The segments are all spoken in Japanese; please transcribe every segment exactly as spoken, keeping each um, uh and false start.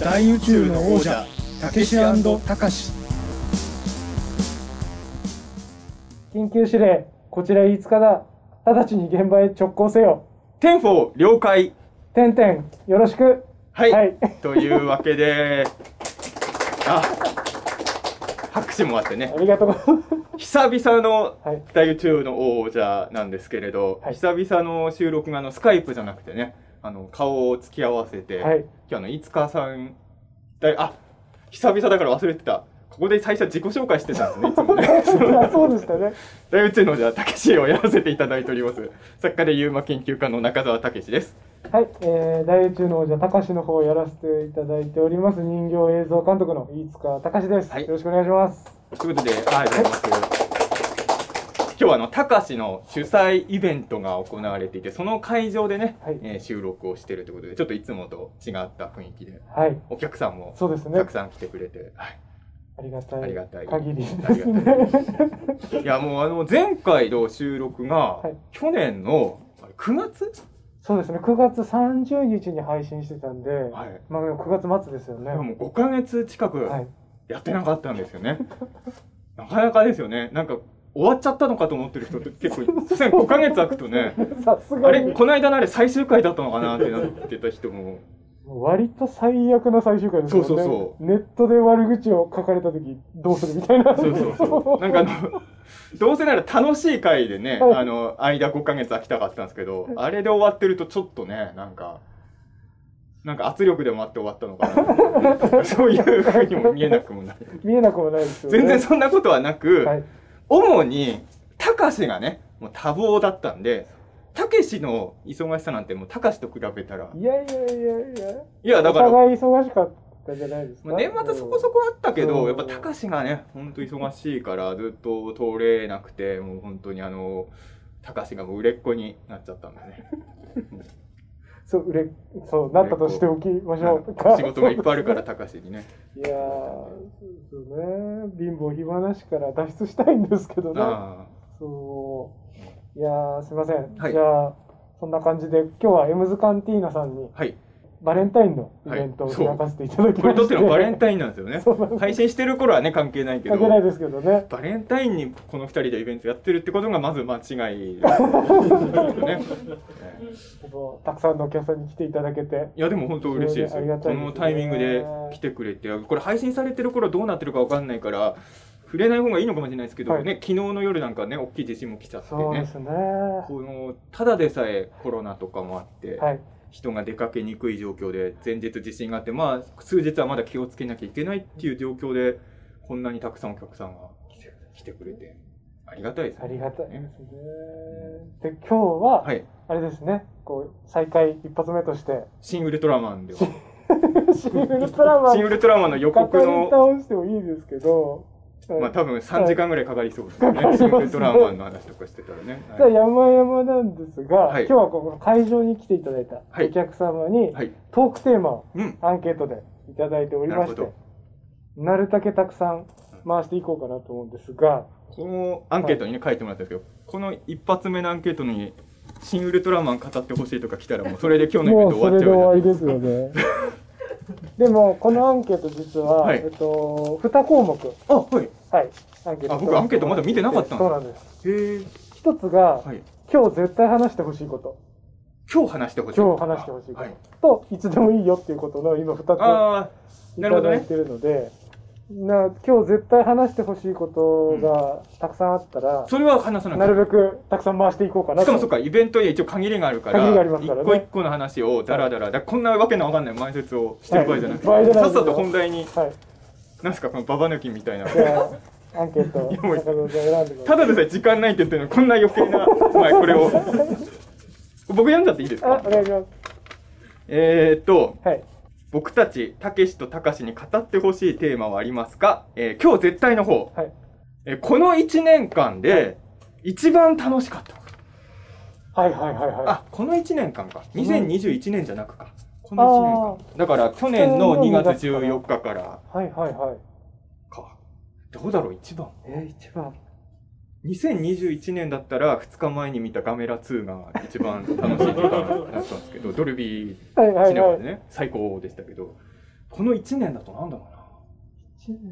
大宇宙の王者たけしたかし。 緊急指令、こちらいつかだ。直ちに現場へ直行せよ。 テンフォー了解。 てんてんよろしく。 はい、はい、というわけであ拍手もあってね、 ありがとうございます。 久々の大宇宙の王者なんですけれど、はい、久々の収録があのスカイプじゃなくてね、あの顔を突き合わせて、はい、今日あのいつかさんだあ久々だから忘れてた。ここで最初自己紹介してたんですね、いつもね。 そうでしたね。 大宇宙のじゃあたけしをやらせていただいております。作家でユーマ研究家の中澤武です。 はい、えー、大宇宙の王者たかしの方をやらせていただいております人形映像監督の飯塚隆です、はい。よろしくお願いします。 ということで、ありがとうございます。はい、今日はあのたかしの主催イベントが行われていて、その会場でね、はい、えー、収録をしているということで、ちょっといつもと違った雰囲気で、はい、お客さんもたくさん来てくれて、はい、 ありがたい。 ありがたい。 限りですね。いやもうあの前回の収録が去年のくがつ？ そうですね。くがつさんじゅうにちに配信してたんで、はい、まあくがつまつですよね。 もうごかげつ近くやってなかったんですよね。はい、なかなかですよね。なんか終わっちゃったのかと思ってる人って結構、さすがにごかげつ空くとね、さすがにあれこの間のあれ最終回だったのかなってなってた人も。 割と最悪な最終回ですよね。 そうそうそう。 ネットで悪口を書かれた時どうするみたいな。 そうそうそう。なんかあのどうせなら楽しい回でね、はい、あの間ごかげつ空きたかったんですけど、あれで終わってるとちょっとね、なんかなんか圧力でもあって終わったのかな。そういう風にも見えなくもない。 見えなくもないですよね。 全然そんなことはなく、はい、主にたかしがね、もう多忙だったんで。たけしの忙しさなんてもうたかしと比べたら。 いやいやいやいや。 いやだから。 お互い忙しかったじゃないですか。 年末そこそこあったけど、やっぱたかしがね、ほんと忙しいからずっと通れなくて、もう本当にあの、たかしがもう売れっ子になっちゃったんだね。 そう、売れ、そう、なったとしておきましょうか。 仕事がいっぱいあるからたかしにね。 いやー、そうですね。貧乏暇なしから脱出したいんですけどね。あそう。いやーすいません、はい、じゃあそんな感じで今日はエムズカンティーナさんに、はい、バレンタインのイベントを開かせていただきまして、 はい、これとってのバレンタインなんですよね。配信してる頃はね関係ないけど、 関係ないですけどね、 バレンタインにこのふたりでイベントやってるってことがまず間違いですよね。 たくさんのお客さんに来ていただけて、 いやでも本当嬉しいですよ。このタイミングで来てくれて、これ配信されてる頃どうなってるかわかんないから触れない方がいいのかもしれないですけど、はい、ね、昨日の夜なんかね大きい地震も来ちゃってね、そうですね、このただでさえコロナとかもあって、はい、人が出かけにくい状況で前日地震があって、まあ数日はまだ気をつけなきゃいけないっていう状況でこんなにたくさんお客さんが来てくれてありがたいですね。 ありがたいですね。で今日は、はい、あれですね、こう再開一発目として新ウルトラマンでは新ウルトラマン新ウルトラマンの予告の語り倒してもいいですけど。 まあ多分さんじかんぐらいかかりそうですよね。シングルトラマンの話とかしてたらね。 じゃあ山々なんですが、はい、今日はこの会場に来ていただいたお客様にトークテーマをアンケートでいただいておりまして、うん、なるだけたくさん回していこうかなと思うんですが、 このアンケートにね、はい、書いてもらったんですけど、この一発目のアンケートに新ウルトラマン語ってほしいとか来たらもうそれで今日のイベント終わっちゃう。 もうそれで終わりですよね。でもこのアンケート実は、はい、えっとに項目、 あ、はい、 はい、アンケート。 あ、僕アンケートまだ見てなかったんです。 そうなんです。へえ。一つが、はい、今日絶対話してほしいこと。 今日話してほしいこと。 今日話してほしいこと、はい、といつでもいいよっていうことの今ふたついただいてるので、な今日絶対話してほしいことがたくさんあったら、うん、 それは話さなくてなるべくたくさん回していこうかなと。 しかもそっか、イベントには一応限りがあるから、 限りがありますからね、 一個一個の話をダラダラ、だこんなわけのわかんない前説をしてる場合じゃなくて、はい、さっさと本題に、はい、なんすかこのババ抜きみたいな。 アンケートただでさえ時間ないって言ってるのこんな余計な前これを僕読んじゃっていいですか。 お願いします。 えーっと、はい、僕たちたけしとたかしに語ってほしいテーマはありますか。えー、今日絶対の方、はい、えー、このいちねんかんで一番楽しかったこと。 はいはいはいはい。 あ、このいちねんかんか、にせんにじゅういちねんじゃなくか、このいちねんかんだから去年のにがつじゅうよっかからはいはいはいか。どうだろう一番。 えー、一番にせんにじゅういちねんだったらふつかまえに見たガメラツーが一番楽しい時間だったんですけどドルビーシネマでね最高でしたけど、 このいちねんだとなんだろうな。 いちね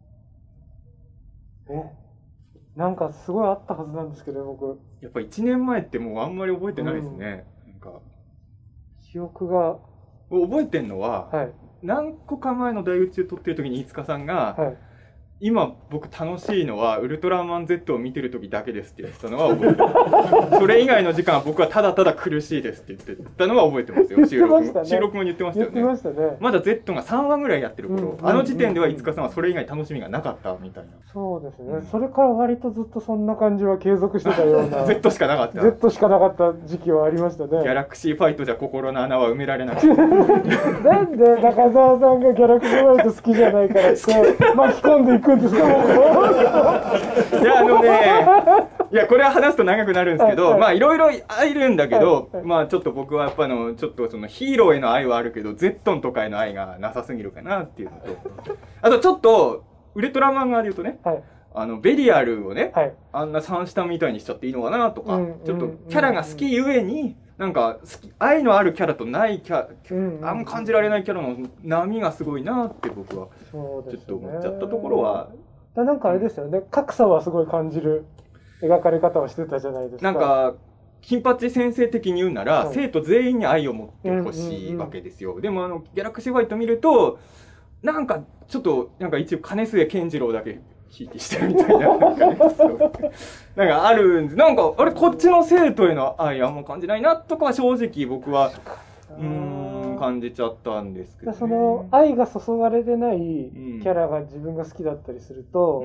ん。え、なんかすごいあったはずなんですけど、僕。 やっぱいちねんまえってもうあんまり覚えてないですね。うん、なんか記憶が。 覚えてんのは、はい、何個か前の大宇宙撮ってる時に飯塚さんが、はい、今僕楽しいのはウルトラマン Z を見てる時だけですって言ってたのは覚えてる。それ以外の時間は僕はただただ苦しいですって言ってたのは覚えてますよ。収録も、ね、収録も言ってましたよね。 言ってましたね。 まだ Z がさんわぐらいやってる頃、うん、あの時点では飯塚さんはそれ以外楽しみがなかったみたいな。 そうですね、うん、それから割とずっとそんな感じは継続してたような。 Z しかなかった。 Z しかなかった時期はありましたね。 ギャラクシーファイトじゃ心の穴は埋められなかった。 なんで中澤さんがギャラクシーファイト好きじゃないからって巻き込んでいくんですか。 いやあのね、いやこれは話すと長くなるんですけど、はいはい、まあいろいろいるんだけど、はいはい、まあちょっと僕はやっぱのちょっとそのヒーローへの愛はあるけど Z とかへの愛がなさすぎるかなっていうのと、あとちょっとウルトラマン側で言うとね、はい、あのベリアルをね、はい、あんな三下みたいにしちゃっていいのかなとか、うん、ちょっとキャラが好きゆえになんか好き愛のあるキャラとないキャラ、うん、あんま感じられないキャラの波がすごいなって僕はちょっと思っちゃったところは。 なんかあれですよね、格差はすごい感じる描かれ方をしてたじゃないですか。 なんか金八先生的に言うなら、はい、生徒全員に愛を持ってほしいわけですよ、うんうんうん、でもあのギャラクシーファイト見るとなんかちょっとなんか一応金末健次郎だけひいきしてるみたいななんか、ね、なんかあるんです。なんかあれこっちの生徒への愛あんま感じないなとかは正直僕はうーん感じちゃったんですけど、ね、 その愛が注がれてないキャラが自分が好きだったりすると、うん、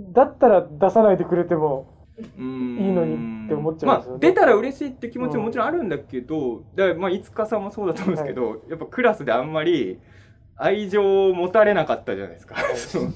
だったら出さないでくれてもいいのにって思っちゃうんですよね。 まあ、出たら嬉しいって気持ちももちろんあるんだけど、うん、だからまあ飯塚さんもそうだと思うんですけど、はい、やっぱクラスであんまり愛情を持たれなかったじゃないですか。 そう、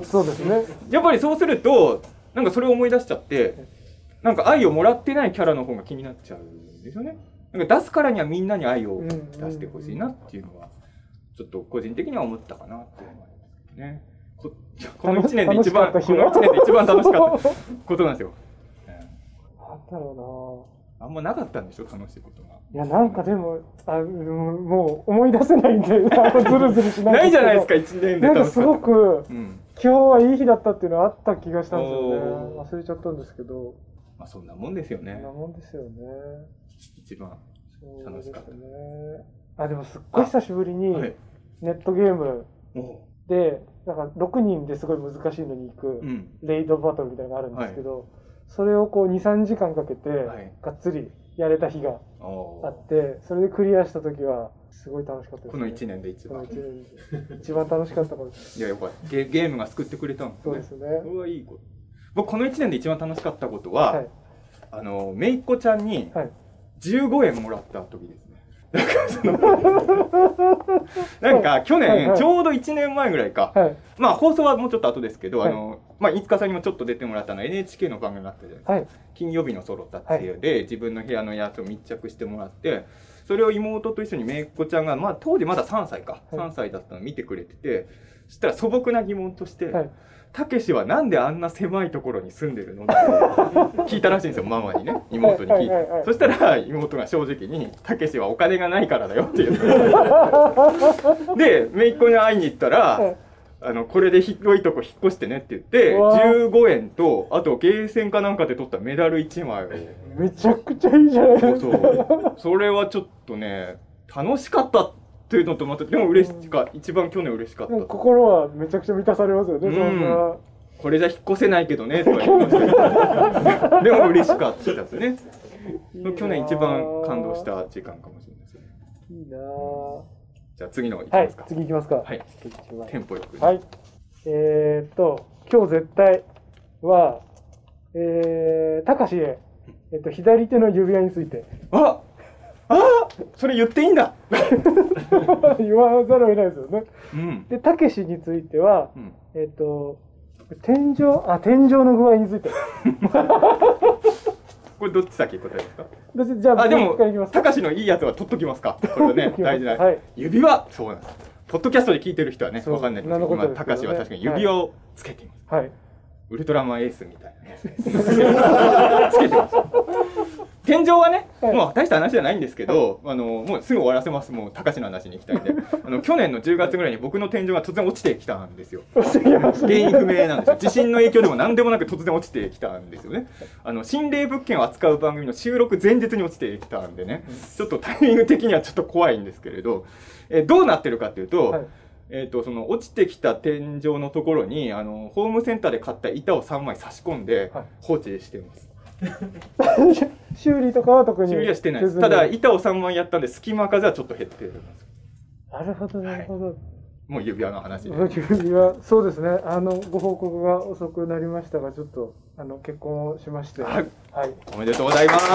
そうですね。 やっぱりそうするとなんかそれを思い出しちゃってなんか愛をもらってないキャラの方が気になっちゃうんですよね。なんか出すからにはみんなに愛を出してほしいなっていうのはちょっと個人的には思ったかなっていうのがありますけどね。こ, このいちねんで一番このいちねんで一番楽しかったことなんですよ。 なんだろうな。あんまなかったんでしょ楽しいことが。 いやなんかでもあもう思い出せないんでズルズルしないないじゃないですかいちねんで。 なんかすごく、うん、今日はいい日だったっていうのはあった気がしたんですよね。忘れちゃったんですけど。 まあそんなもんですよね。 そんなもんですよね。 一番楽しかった。 そうですね。あでもすっごい久しぶりにネットゲームでなんかろくにんですごい難しいのに行くレイドバトルみたいなのがあるんですけど、はい、それをこう にさんじかんかけてがっつりやれた日があって、それでクリアした時はすごい楽しかったですね。 このいちねんで一番。 このいちねんで一番楽しかったことです。 いやよかった。ゲ、ゲームが救ってくれたんですね。 そうですね。 それはいいこと。僕このいちねんで一番楽しかったことは、はい、あのめいっ子ちゃんにじゅうごえんもらった時ですね。なんかそのなんか去年ちょうどいちねんまえぐらいか、はい、まあ放送はもうちょっと後ですけど、はい、あのまあ飯塚さんにもちょっと出てもらったの エヌエイチケー の番組があったじゃないですか、はい、金曜日のソロ撮影で自分の部屋のやつを密着してもらって、それを妹と一緒にめいっ子ちゃんが、まあ、当時まださんさいか、はい、さんさいだったのを見てくれてて、そしたら素朴な疑問としてはいたけしはなんであんな狭いところに住んでるのって聞いたらしいんですよ、ママにね、妹に聞いて。そしたら妹が正直に、たけしはお金がないからだよって言ってで、姪っ子に会いに行ったら、あのこれで広いとこ引っ越してねって言って、じゅうごえんと、あとゲーセンかなんかで取ったメダルいちまいを。 めちゃくちゃいいじゃないですか。そうそう。それはちょっとね、楽しかった。というのとまたでも嬉しか、うん、一番去年嬉しかった。 心はめちゃくちゃ満たされますよね。うん、そんなこれじゃ引っ越せないけどねとか言いましたけどでも嬉しかったですね。いい去年一番感動した時間かもしれないですね。 いいな、うん、 じゃあ次のいきますか。 はい、次いきますか。 はい。テンポよく、ね。 はい。えー、っと今日絶対はえー、たかしへえっと左手の指輪について。 あ。ああ、それ言っていいんだ。 言わざるを得ないですよね。うん、で、たけしについては、うん、えっと天井あ天井の具合について。 これどっち先答えですか。 じゃあ、 あでもたかしのいいやつは取っときますか。これはね大事な、はい、指輪。そうなんです。ポッドキャストで聞いてる人はねわかんないけど、今たかしは確かに指輪をつけています。はい。ウルトラマンエースみたいなね。つけてます。 天井はね、もう大した話じゃないんですけど、あのもうすぐ終わらせます。もう高橋の話に行きたいんで、あの去年のじゅうがつぐらいに僕の天井が突然落ちてきたんですよ。原因不明なんですよ。地震の影響でも何でもなく突然落ちてきたんですよね。あの心霊物件を扱う番組の収録前日に落ちてきたんでね、ちょっとタイミング的にはちょっと怖いんですけれど、えどうなってるかっていうと、はい、えっとその落ちてきた天井のところにあのホームセンターで買った板をさんまい差し込んで放置してます。 修理とかは特に修理はしてないです。ただ板をさんまいやったんで隙間風はちょっと減ってるんです。 なるほどなるほど、はい、 もう指輪の話で。 指輪、そうですね。あのご報告が遅くなりましたが、ちょっとあの結婚をしまして、はい、はい、 おめでとうございます。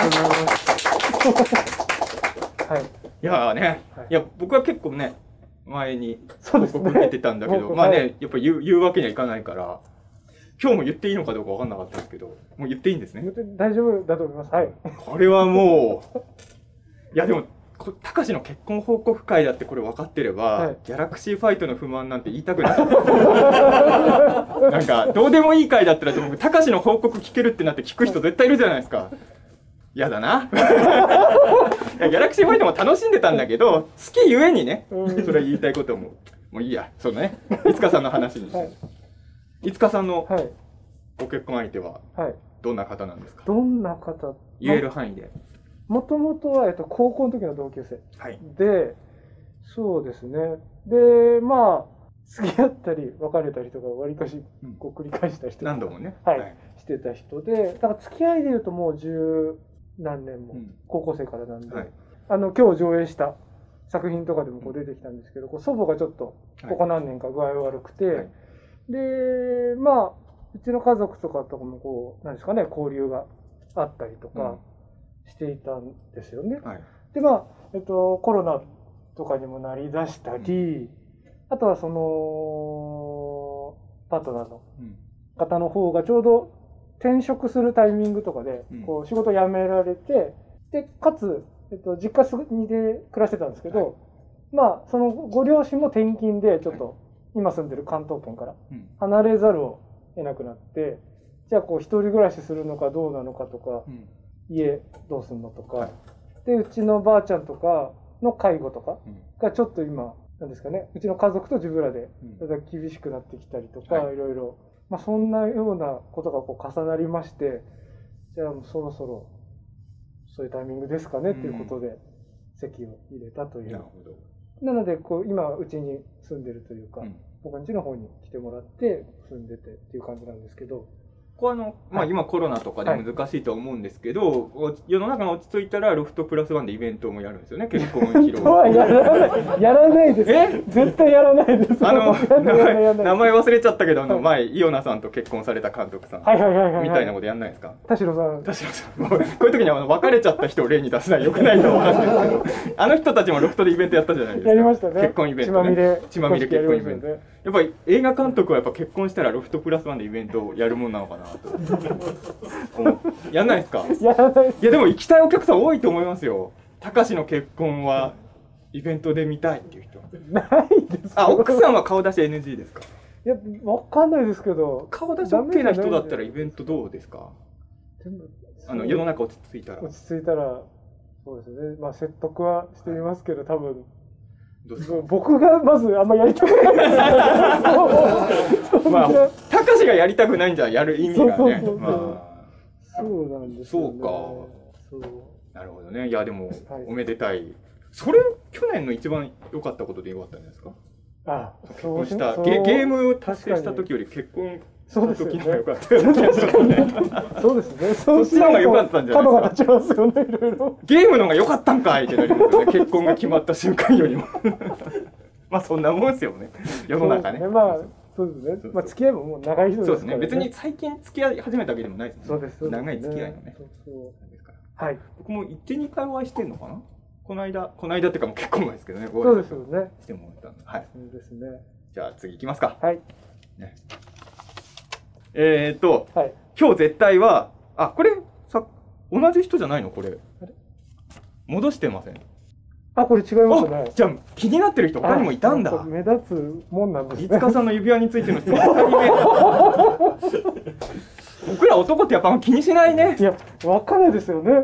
はい。いやね、はい、いや僕は結構ね前に報告受けてたんだけど、ね、まあね、やっぱり言う、言うわけにはいかないから。今日も言っていいのかどうか分かんなかったですけど、もう言っていいんですね。 大丈夫だと思います。はい。 これはもう、いやでも、たかしの結婚報告会だってこれ分かってれば、はい、ギャラクシーファイトの不満なんて言いたくない。なんか、どうでもいい会だったら、でもたかしの報告聞けるってなって聞く人絶対いるじゃないですか。嫌だな。いやギャラクシーファイトも楽しんでたんだけど、好きゆえにね、それは言いたいことも、もういいや、そうね、いつかさんの話にして。はい、いつかさんのご結婚相手はどんな方なんですか？ どんな方？ 言える範囲で。 もともとは、えっと、高校の時の同級生、はい、で、そうですね。で、まあ、付き合ったり別れたりとか、わりかしこう繰り返したりとか、 何度もね、 はい、はい、してた人で、だから付き合いでいうともう十何年も、うん、高校生からなんで、はい、あの今日上映した作品とかでもこう出てきたんですけど、こう祖母がちょっとここ何年か具合悪くて、はいはい、で、まあ、うちの家族とかとかもこう、なんですかね、交流があったりとかしていたんですよね。うん、はい、で、まあ、えっと、コロナとかにもなりだしたり、うん、あとはその、パートナーの方の方がちょうど転職するタイミングとかで、こう、仕事辞められて、で、かつ、えっと、実家にで暮らしてたんですけど、はい、まあ、そのご両親も転勤でちょっと、はい、今住んでる関東圏から離れざるを得なくなって、じゃあこう一人暮らしするのかどうなのかとか、うん、家どうするのとか、はい、でうちのばあちゃんとかの介護とかがちょっと今なんですかね、うちの家族と自分らで厳しくなってきたりとか、はい、いろいろ、まあ、そんなようなことがこう重なりまして、じゃあもうそろそろそういうタイミングですかね、うん、ということで籍を入れたという。なるほど。なのでこう今うちに住んでるというか、うん、僕ん家の方に来てもらって住んでてっていう感じなんですけど、 ここはあの、まあ、今コロナとかで難しいと思うんですけど、はい、世の中が落ち着いたらロフトプラスワンでイベントもやるんですよね、結婚披露。 やらない、やらないです。え？絶対やらないです。 あの名前、名前忘れちゃったけど、あの前イオナさんと結婚された監督さんみたいなことやんないですか？ 田代さん。 田代さん。もうこういう時には別れちゃった人を例に出すのは良くないと思うんですけど、あの人たちもロフトでイベントやったじゃないですか。 やりましたね。 結婚イベント、ね。 血まみれ。 血まみれ結婚イベント。やっぱり映画監督はやっぱ結婚したらロフトプラスワンでイベントをやるもんなのかなと。やんないですか？ やらない。 いやでも行きたいお客さん多いと思いますよ。たかしの結婚はイベントで見たいっていう人。 ないです。 あ、奥さんは顔出し エヌジー ですか？ いや、わかんないですけど。 顔出し オーケー な人だったらイベントどうですか？あの世の中落ち着いたら。 落ち着いたら、そうですね。まあ説得はしてみますけど、多分。僕がまずあんまやりたくないです。 まあ、たかしがやりたくないんじゃやる意味がね。 そうなんですよね。 そうか。そうなるほどね。いやでも、はい、おめでたい。それ去年の一番良かったことで良かったんですか？ あ、 結婚したゲゲーム達成した時より結婚した時の方が良かったよね。 そうですね。 そっちの方が良かったんじゃないですか。 角が立ちますよね、いろいろ。 ゲームの方が良かったんかいってなりますよね。結婚が決まった瞬間よりも。まあそんなもんですよね。世の中ね。 まあそうですね。まあ付き合いももう長い人ですからね。 そうですね。別に最近付き合い始めたわけでもないですもんね。 そうです。 長い付き合いのね。 そうそうですから。 はい。 僕もいち、にかいお会いしてんのかな。この間、この間っていうかもう結構前ですけどね。 そうですよね。 してもらったんで。はい。 そうですね。 じゃあ次行きますか。 はい。 ね、えーっと、 はい、 今日絶対は、あ、これさ同じ人じゃないのこれ。あれ戻してません？ あ、これ違いますね。 じゃあ気になってる人他にもいたんだ。 目立つもんなんですね。 いつかさんの指輪についての人ふたりめ。僕ら男ってやっぱ気にしないね。 いや、わかんないですよね。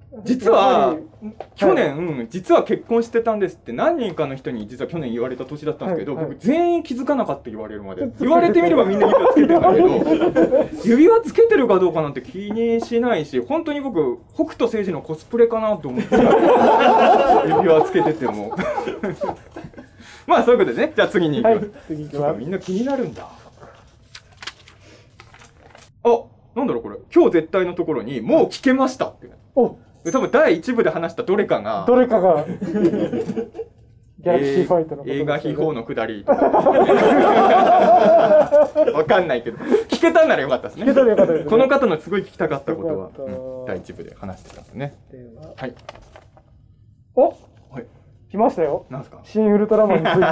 実は去年、はい、実は結婚してたんですって何人かの人に実は去年言われた年だったんですけど、はいはい、僕全員気づかなかった言われるまで言われてみればみんな指輪つけてるんだけど指輪つけてるかどうかなんて気にしないし本当に僕北斗星司のコスプレかなと思って指輪つけててもまあそういうことでねじゃあ次に行きます、はい、次行きますみんな気になるんだあなんだろうこれ今日絶対のところにもう聞けましたってお多分だいいち部で話したどれかがどれかがギャラクシーファイトのこと、ね、 映画秘宝のくだりとかわかんないけど聞けたんならよかったですね。聞けたらよかったですね。この方のすごい聞きたかったことは、うん、だいいち部で話してたんですね。でははいおはい来ましたよ。 なんですか新ウルトラマンについて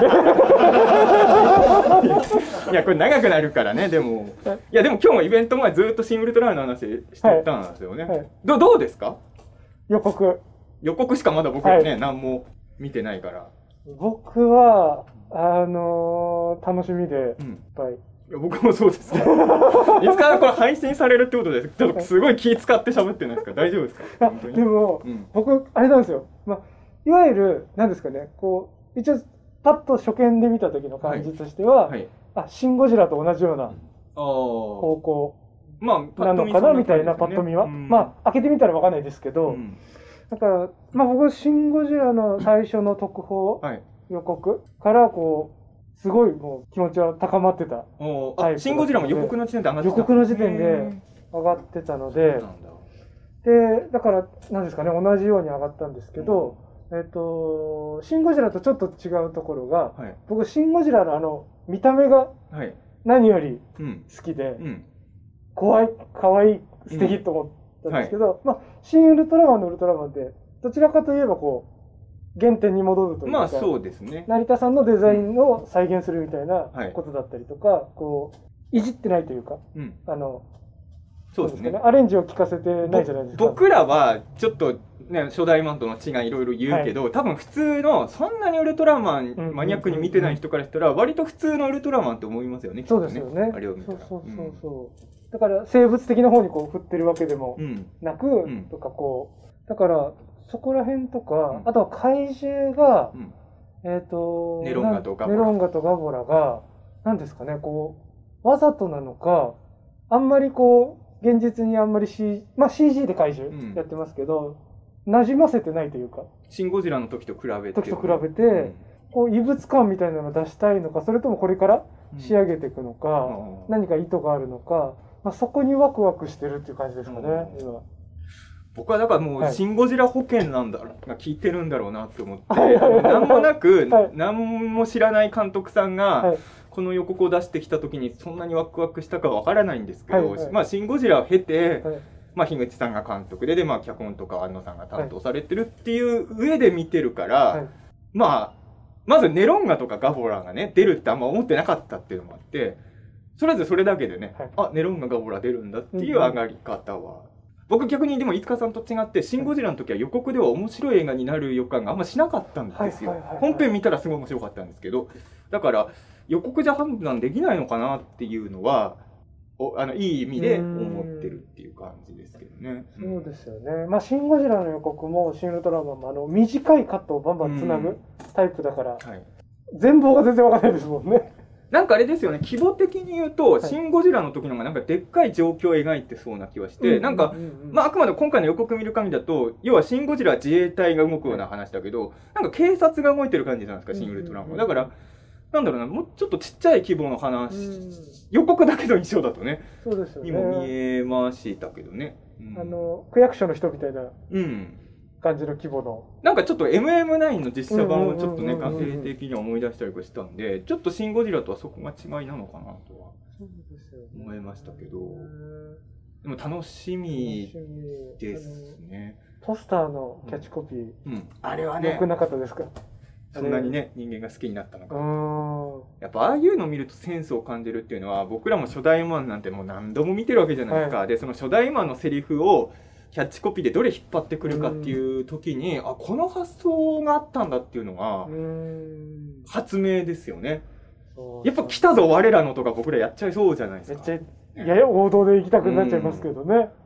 いやこれ長くなるからねでもいやでも今日もイベント前ずっと新ウルトラマンの話してたんですよね、はいはい、ど, どうですか予告予告しかまだ僕はね、はい、何も見てないから僕はあのー、楽しみでいっぱい、うん、いや僕もそうですよいつからこれ配信されるってことでちょっとすごい気使って喋ってないですか大丈夫ですか本当にでも、うん、僕あれなんですよ、まあ、いわゆる何ですかねこう一応パッと初見で見た時の感じとしては、はいはい、あシン・ゴジラと同じような方向なのかなみたいなパッと見は、うん、まあ開けてみたら分かんないですけど、うん、だからまあ僕シン・ゴジラの最初の特報、はい、予告からこうすごいもう気持ちは高まってたタイプ。シン・ゴジラも予告の時点で上がってた。 予告の時点で上がってたので、でだからなんですかね同じように上がったんですけど、うん、えっとシン・ゴジラとちょっと違うところが、はい、僕シン・ゴジラのあの見た目が何より好きで、うんうん、怖い可愛い素敵と思ったんですけど、うんはい、まあシン・ウルトラマンのウルトラマンってどちらかといえばこう原点に戻るというか、 まあそうですね。 成田さんのデザインを再現するみたいなことだったりとか、はい、こういじってないというか、うん、あのそうですね。アレンジを聞かせてないじゃないですか。 僕らはちょっとね初代マンとの違いいろいろ言うけど、はい、多分普通のそんなにウルトラマンマニアックに見てない人からしたら割と普通のウルトラマンって思いますよね。 そうですよね。 あれを見たら。 そうそうそうそう。うん、だから生物的な方にこう振ってるわけでもなく、うん、とかこうだから。そこら辺とか、うん、あとは怪獣が、うん、えっと、 ネロンガとガボラ。 ネロンガとガボラが、何ですかね、こう、わざとなのか、あんまりこう、現実にあんまり C、まあ シージー で怪獣やってますけど、うん、馴染ませてないというか。 シン・ゴジラの時と比べて。 時と比べて、うん、こう、異物感みたいなのを出したいのか、それともこれから仕上げていくのか、うん、何か意図があるのか、まあ、そこにワクワクしてるっていう感じですかね、うん、今。 僕はだからもう、シン・ゴジラ保険なんだろう、が効いてるんだろうなって思って、なんもなく、何も知らない監督さんが、この予告を出してきた時にそんなにワクワクしたかわからないんですけど、まあ、シン・ゴジラを経て、まあ、樋口さんが監督で、で、まあ、脚本とか安野さんが担当されてるっていう上で見てるから、まあ、まずネロンガとかガボラがね、出るってあんま思ってなかったっていうのもあって、それぞれそれだけでね、あ、ネロンガ、ガボラ出るんだっていう上がり方は、僕逆にでも飯塚さんと違ってシン・ゴジラの時は予告では面白い映画になる予感があんましなかったんですよ。本編見たらすごい面白かったんですけど、だから予告じゃ判断できないのかなっていうのはおあのいい意味で思ってるっていう感じですけどね。 うそうですよね。まあシン・ゴジラの予告もシン・ウルトラマンもあの短いカットをバンバンつなぐタイプだから、はい、全貌が全然わかんないですもんね。 なんかあれですよね、規模的に言うと、はい、シン・ゴジラの時の方がなんかでっかい状況を描いてそうな気はして、うん、なんか、まああくまで今回の予告見る限りだと、要はシン・ゴジラは自衛隊が動くような話だけど、なんか警察が動いてる感じじゃないですか、シン・ウルトラマンは。だから、なんだろうな、もうちょっとちっちゃい規模の話、うん、予告だけの印象だとね、 そうですよね。 にも見えましたけどね。 うん、あの、区役所の人みたいな。うん感じの規模のなんかちょっと エムエムナイン の実写版をちょっとね家庭的には思い出したりしたんでちょっとシン・ゴジラとはそこが違いなのかなとは思いましたけどでも楽しみですね。 ポスターのキャッチコピー、うんうん、あれはね良くなかったですか。 そんなにね人間が好きになったのかやっぱああいうのを見るとセンスを感じるっていうのは僕らも初代マンなんてもう何度も見てるわけじゃないですか、はい、でその初代マンのセリフをキャッチコピーでどれ引っ張ってくるかっていう時に、あ、この発想があったんだっていうのが、発明ですよね。やっぱ来たぞ我らのとか僕らやっちゃいそうじゃないですか。 めっちゃ、やや王道で行きたくなっちゃいますけどね。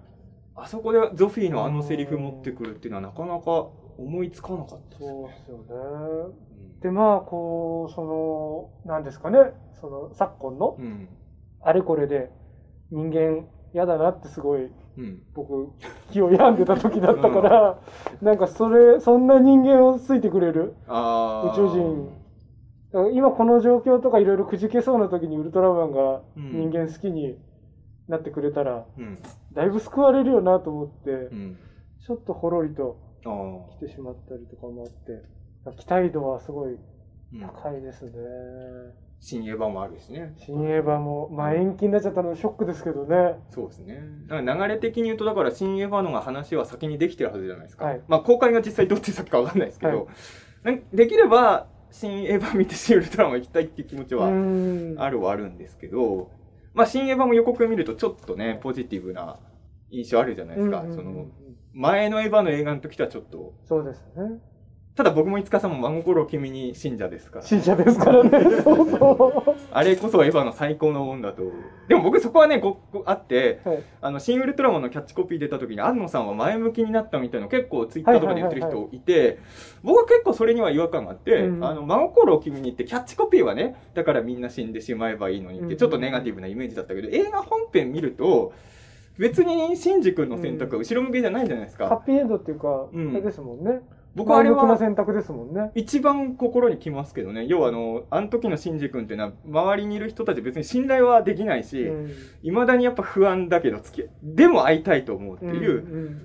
あそこでゾフィーのあのセリフ持ってくるっていうのはなかなか思いつかなかったですね。 そうですよね。うん、でまあこうそのなんですかね、その昨今のあれこれで人間嫌だなってすごい、うん、僕気を病んでた時だったから、うん、なんかそれそんな人間をついてくれる宇宙人、今この状況とかいろいろくじけそうな時にウルトラマンが人間好きになってくれたら、うん、だいぶ救われるよなと思って、うん、ちょっとほろりと来てしまったりとかもあって期待度はすごい高いですね。うん新エヴァもあるしね。 新エヴァも、まあ延期になっちゃったのショックですけどね。 そうですね。だから流れ的に言うと、だから新エヴァのが話は先にできてるはずじゃないですか。はい、まあ公開が実際どっち先かわかんないですけど、はい、できれば新エヴァ見て新ウルトラマン行きたいっていう気持ちはあるはあるんですけど、まあ新エヴァも予告見るとちょっとね、ポジティブな印象あるじゃないですか。その前のエヴァの映画の時とはちょっと。 そうですね。 ただ僕もいつかさんも真心君に信者ですから。 信者ですからね。 あれこそエヴァの最高のもんだと。でも僕そこはね、ここあって、はい、あの、新ウルトラマンのキャッチコピー出た時に、安野さんは前向きになったみたいなの結構ツイッターとかで言ってる人いて、僕は結構それには違和感があって、うん、あの、真心君にってキャッチコピーはね、だからみんな死んでしまえばいいのにって、ちょっとネガティブなイメージだったけど、映画本編見ると、別にシンジ君の選択は後ろ向きじゃないじゃないですか。 ハッピーエンドっていうか、うん、あれですもんね。 僕はあれは選択ですもんね。 一番心にきますけどね。要はあの、あの時のシンジ君っていうのは、周りにいる人たち別に信頼はできないし、いま、うん、だにやっぱ不安だけど付き合い、でも会いたいと思うっていう、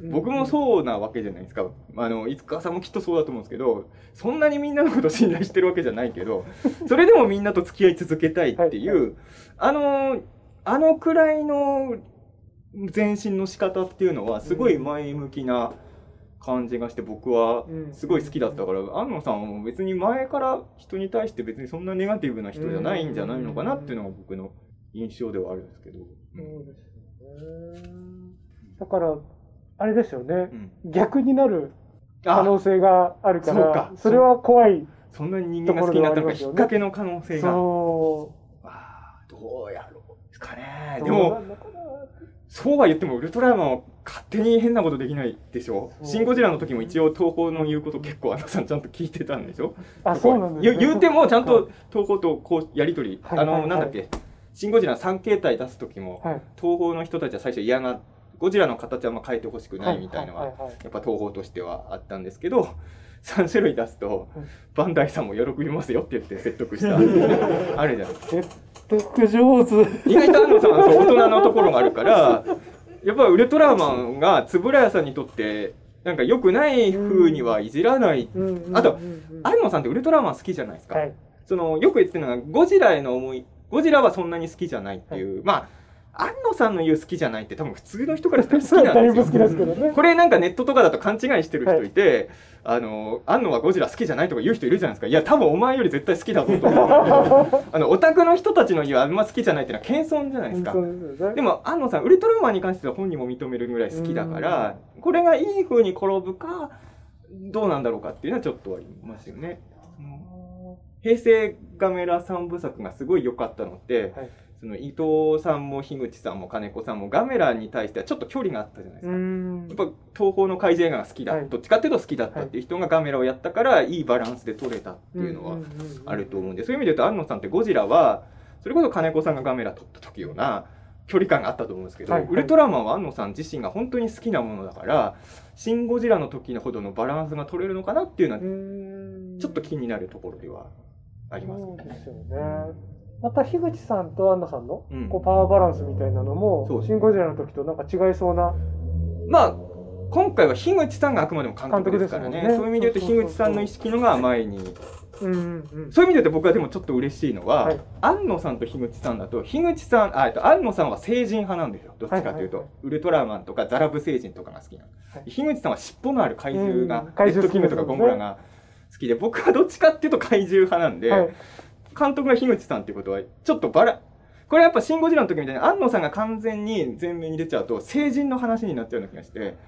僕もそうなわけじゃないですか。あの、いつかさんもきっとそうだと思うんですけど、そんなにみんなのこと信頼してるわけじゃないけど、それでもみんなと付き合い続けたいっていう、はいはい、あの、あのくらいの前進の仕方っていうのは、すごい前向きな、感じがして僕はすごい好きだったから、うん、安野さんはもう別に前から人に対して別にそんなネガティブな人じゃないんじゃないのかなっていうのが僕の印象ではあるんですけど。そうですよね。だからあれですよね、うん、逆になる可能性があるから、そうか、それは怖い。 そんなに人間が好きになったのか、引っ掛けの可能性が。そう。ああ、どうやろうですかね。でも。そうは言ってもウルトラマンは勝手に変なことできないでしょ。シン・ゴジラの時も一応東宝の言うこと結構安野さんちゃんと聞いてたんでしょ。 あ、そうなんですね。 言うてもちゃんと東宝とこうやりとり、はい、あの、なんだっけ、シン・ゴジラさん形態出す時も、はい、東宝の人たちは最初嫌が、ゴジラの形はあんま変えてほしくないみたいなのは、やっぱ東宝としてはあったんですけど、さん種類出すと、バンダイさんも喜びますよって言って説得した。あるじゃないですか。 説得上手。 意外と安野さんはそう大人のところがあるから、やっぱウルトラマンが円谷さんにとってなんか良くない風にはいじらない。あと、安野さんってウルトラマン好きじゃないですか。はい、そのよく言ってるのがゴジラへの思い、ゴジラはそんなに好きじゃないっていう。はい、まあ安野さんの言う好きじゃないって多分普通の人からしたら好きなんですよ。だいぶ好きですけどね。これなんかネットとかだと勘違いしてる人いて、はい、あの、安野はゴジラ好きじゃないとか言う人いるじゃないですか。いや、多分お前より絶対好きだぞと思う。あの、オタクの人たちの言うあんま好きじゃないっていうのは謙遜じゃないですか。でも安野さん、ウルトラマンに関しては本人も認めるぐらい好きだから、これがいい風に転ぶか、どうなんだろうかっていうのはちょっとありますよね。平成ガメラ三部作がすごい良かったのって、はい、その伊藤さんも樋口さんも金子さんもガメラに対してはちょっと距離があったじゃないですか。やっぱ東宝の怪獣映画が好きだ、はい、どっちかっていうと好きだったっていう人がガメラをやったからいいバランスで撮れたっていうのはあると思うんで、そういう意味で言うと安野さんってゴジラはそれこそ金子さんがガメラ撮った時ような距離感があったと思うんですけど、はいはい、ウルトラマンは安野さん自身が本当に好きなものだからシン・ゴジラの時のほどのバランスが取れるのかなっていうのはちょっと気になるところではありますね。そうですよね。 また樋口さんと安野さんのこうパワーバランスみたいなのも、うん、シン・ゴジラの時となんか違いそうな。 まあ今回は樋口さんがあくまでも監督ですからね。ね、そういう意味で言うと樋口さんの意識のが前に。うんうん、そういう意味で言うと僕はでもちょっと嬉しいのは、はい、安野さんと樋口さんだと樋口さんあと安野さんは成人派なんですよ。どっちかというと、はいはいはい、ウルトラマンとかザラブ星人とかが好きなの。はい、樋口さんは尻尾のある怪獣が、うん、レッドキングとかゴンブラが好きで、僕はどっちかっていうと怪獣派なんで。はい、監督が樋口さんっていうことは、ちょっとバラ、これやっぱシン・ゴジラの時みたいに安野さんが完全に前面に出ちゃうと、成人の話になっちゃうような気がして、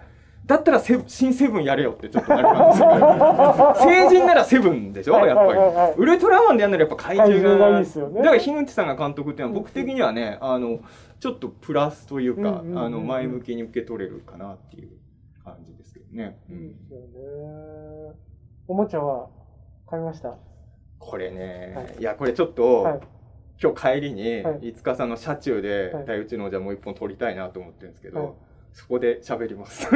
だったらセ新セブンやれよってちょっとなる感じです成人ならセブンでしょ、やっぱり、はいはいはい、ウルトラマンでやるならやっぱ怪獣がいいですよね。だから樋口さんが監督っていうのは僕的にはね、あのちょっとプラスというか、うんうんうんうん、あの前向きに受け取れるかなっていう感じですけどね。うん、ですよね。おもちゃは買いました？ これね、はい、いやこれちょっと、はい、今日帰りに、はい、いつかさんの車中で大宇宙の王者もう一本撮りたいなと思ってるんですけど、はい、そこで喋ります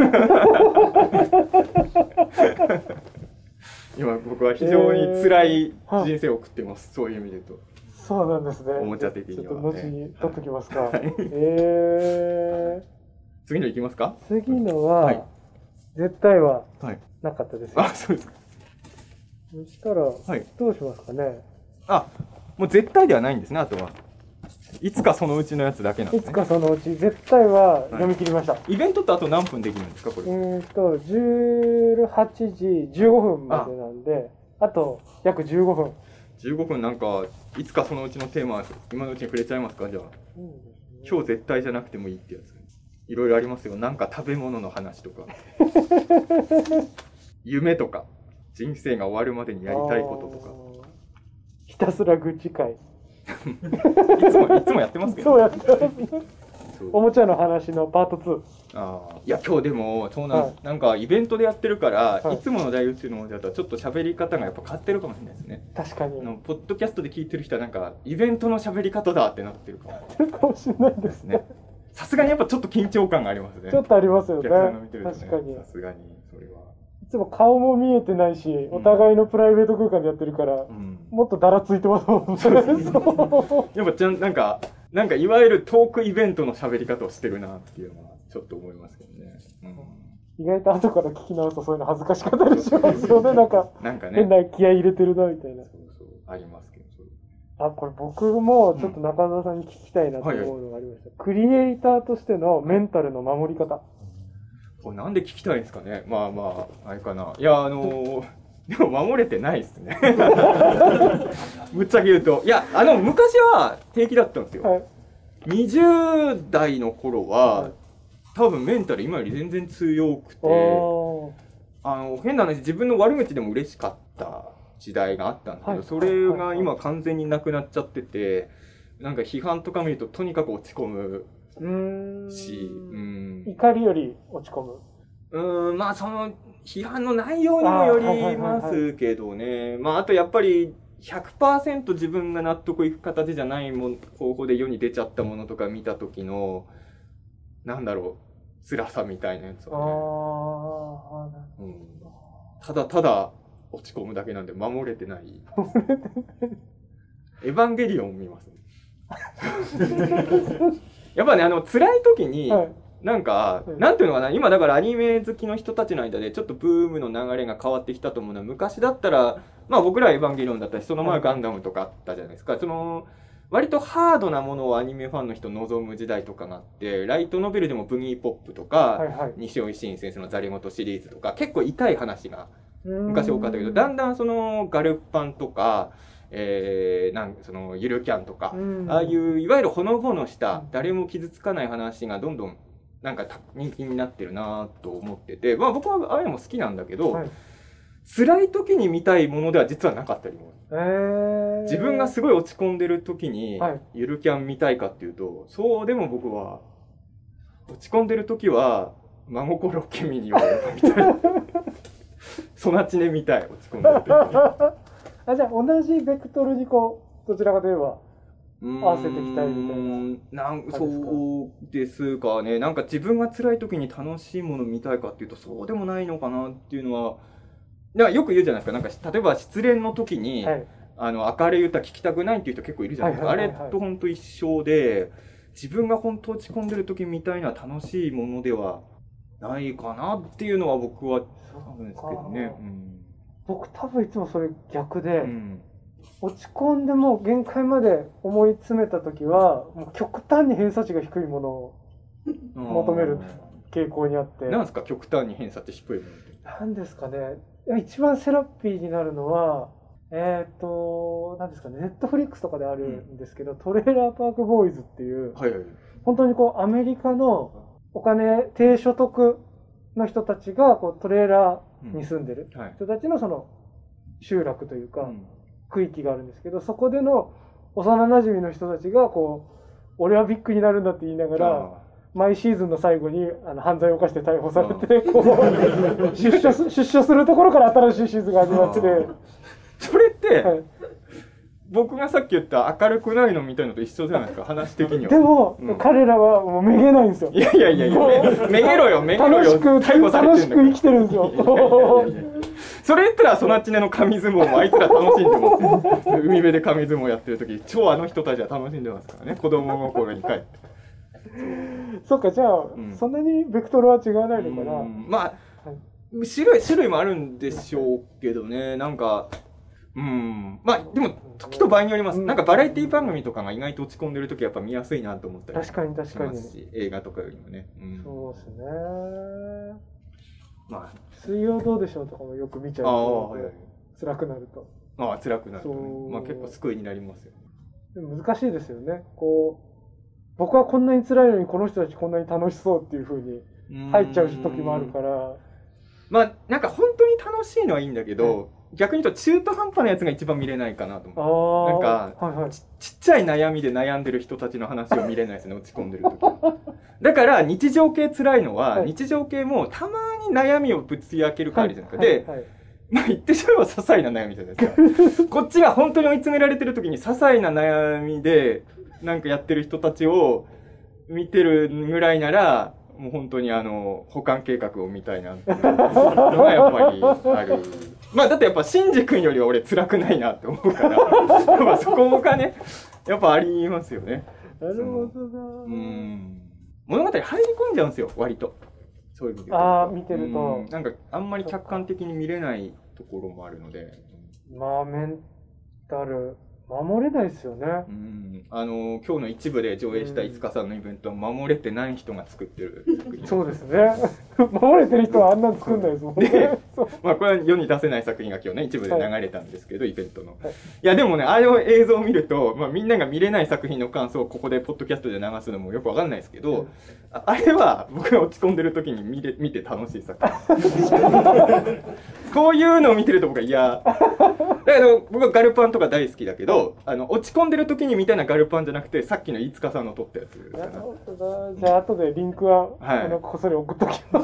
今僕は非常に辛い人生を送ってます、えー、そういう意味で言うと。 そうなんですね。 おもちゃ的には、ね、 ちょっと後に撮っときますか、はい、えー、 次のいきますか。 次のは、はい、絶対はなかったですよ、 はい、あ、そうですか。 そしたら、はい、どうしますかね。 あ、もう絶対ではないんですね。あとはいつかそのうちのやつだけなんですね。 いつかそのうち絶対は読み切りました、はい、 イベントってあと何分できるんですかこれ。 えーとじゅうはちじじゅうごふんまでなんで、あと約じゅうごふん。 じゅうごふん。なんかいつかそのうちのテーマ今のうちに触れちゃいますか。じゃあ、うんですね、今日絶対じゃなくてもいいってやついろいろありますよ。なんか食べ物の話とか夢とか人生が終わるまでにやりたいこととか、 ひたすら愚痴会いつもいつもやってますけど、 そうやってますね。おもちゃの話のパートツー。 あいや今日でもそうなん、はい、なんかイベントでやってるから、はい、いつもの大宇宙の王者とはちょっと喋り方がやっぱ変わってるかもしれないですね。 確かに。 あのポッドキャストで聞いてる人はなんかイベントの喋り方だってなってるかもかもしれないですね。 さすがにやっぱちょっと緊張感がありますね。 ちょっとありますよね。 ね、 確かに。 さすがにそれは。 いつも顔も見えてないし、うん、お互いのプライベート空間でやってるから、うん、もっとだらついてますもんね。 やっぱちゃんなんかなんかいわゆるトークイベントの喋り方をしてるなっていうのはちょっと思いますけどね。 うん、意外と後から聞き直すとそういうの恥ずかしかったりしますよね。なんかなんかね、変な気合い入れてるなみたいな。 そうそうありますけど。 あ、これ僕もちょっと中澤さんに聞きたいなと思うのがありました。うんはいはい、クリエイターとしてのメンタルの守り方。 これなんで聞きたいんですかね。まあまああれかな。いやあのー、でも守れてないですね。ぶっちゃけ言うと、いやあの昔は平気だったんですよ。はい、にじゅう代の頃は、はい、多分メンタル今より全然強くて、あの変な話自分の悪口でも嬉しかった時代があったんですけど、はい、それが今完全になくなっちゃってて、なんか批判とか見るととにかく落ち込むし、うん、 怒りより落ち込む。 うん、まあその批判の内容にもよりますけどね。まああとやっぱり ひゃくパーセント 自分が納得いく形じゃないも方法で世に出ちゃったものとか見た時のなんだろう辛さみたいなやつはね、うん、ただただ落ち込むだけなんで守れてない。エヴァンゲリオン見ますね。やっぱねあの辛い時に、はい、なんか、はい、なんていうのかな、今だからアニメ好きの人たちの間でちょっとブームの流れが変わってきたと思うのは、昔だったらまあ僕らはエヴァンゲリオンだったし、その前はガンダムとかあったじゃないですか。その割とハードなものをアニメファンの人望む時代とかがあって、ライトノベルでもブギーポップとか、はいはい、西尾維新先生のザレ言シリーズとか結構痛い話が昔多かったけど、だんだんそのガルパンとか、えー、なんそのゆるキャンとか、ああいういわゆるほのぼのした誰も傷つかない話がどんどんなんか人気になってるなと思ってて、まあ僕はああいうのも好きなんだけど、はい、辛い時に見たいものでは実はなかったりも、えー、自分がすごい落ち込んでる時にゆるキャン見たいかっていうと、そうでも僕は落ち込んでる時は真心君にはみたいなソナチネみたい、落ち込んでる時に。 あ、じゃあ同じベクトルにこうどちらかといえば合わせていきたいみたいな。 なんそうですかね。なんか自分が辛い時に楽しいもの見たいかっていうとそうでもないのかなっていうのは、だからよく言うじゃないですか。なんか例えば失恋の時に、はい、あの明るい歌聴きたくないっていう人結構いるじゃないですか。あれと本当一緒で、自分が本当落ち込んでる時みたいな楽しいものではないかなっていうのは僕は思うんですけどね。うん、 僕多分いつもそれ逆で、うん、落ち込んでも限界まで思い詰めた時はもう極端に偏差値が低いものを求める傾向にあって。 なんですか極端に偏差値低いものって。 なんですかね。一番セラピーになるのはえっ、ー、となんですかね、ネットフリックスとかであるんですけど、うん、トレーラーパークボーイズっていう、はいはい、本当にこうアメリカのお金低所得の人たちがこうトレーラーに住んでる人たちのその集落というか区域があるんですけど、そこでの幼馴染の人たちがこう俺はビッグになるんだって言いながら毎シーズンの最後にあの犯罪を犯して逮捕されてこう出所す出所するところから新しいシーズンが始まってて、 それって、はい、僕がさっき言った明るくないのみたいのと一緒じゃないですか、話的には。 でも、うん、彼らはもうめげないんですよ。 いやいやいやいや、めげろよめげろよ。 楽しく楽しく生きてるんですよ。 それ言ったらソナチネの紙相撲もあいつら楽しんでますよ。海辺で紙相撲やってる時、超あの人たちは楽しんでますからね、子供心に帰って。 そっか、じゃあ、うん、そんなにベクトルは違わないのかな。 まあ、はい、種類種類もあるんでしょうけどね、なんか。うん、まあでも時と場合によります、うん、なんかバラエティ番組とかが意外と落ち込んでる時はやっぱ見やすいなと思ったりしますし、 確かに確かに映画とかよりもね、うん、 そうですね。 まあ水曜どうでしょうとかもよく見ちゃうと、はいはい、辛くなるとああ辛くなると、ね、まあ結構救いになりますよ。 でも難しいですよね。こう僕はこんなに辛いのにこの人たちこんなに楽しそうっていう風に入っちゃう時もあるから、 まあなんか本当に楽しいのはいいんだけど、はい、逆に言うと中途半端なやつが一番見れないかなと思う。なんか、はいはい、ち, ちっちゃい悩みで悩んでる人たちの話を見れないですね、落ち込んでる時だから日常系辛いのは、はい、日常系もたまに悩みをぶつけるかあるじゃないですか、はいはいはい、で、まあ言ってしまえば些細な悩みじゃないですかこっちが本当に追い詰められてる時に些細な悩みでなんかやってる人たちを見てるぐらいならもう本当にあの保管計画を見たいなっていうのがやっぱりある。まあだってやっぱシンジ君よりは俺辛くないなって思うからやっぱそこがねやっぱありますよね。 なるほどな。 うん、物語入り込んじゃうんですよ割と。そういう意味で。 ああ見てるとなんかあんまり客観的に見れないところもあるので。 まあメンタル守れないですよね。 うん、あの今日の一部で上映したいつかさんのイベントは守れてない人が作ってる作品。 そうですね。守れてる人はあんなの作んないですもんね。で、 まあこれは世に出せない作品が今日ね一部で流れたんですけど、はい、イベントの。はい、いやでもねああいう映像を見ると、まあ、みんなが見れない作品の感想をここでポッドキャストで流すのもよくわかんないですけど、うん、あ, あれは僕が落ち込んでる時に見れ見て楽しい作品。こういうのを見てると僕は嫌。だから僕はガルパンとか大好きだけど、あの落ち込んでる時にみたいなガルパンじゃなくてさっきの飯塚さんの撮ったやつかな。 なるほど。じゃあ後でリンクは、はい、こっそり送っときます。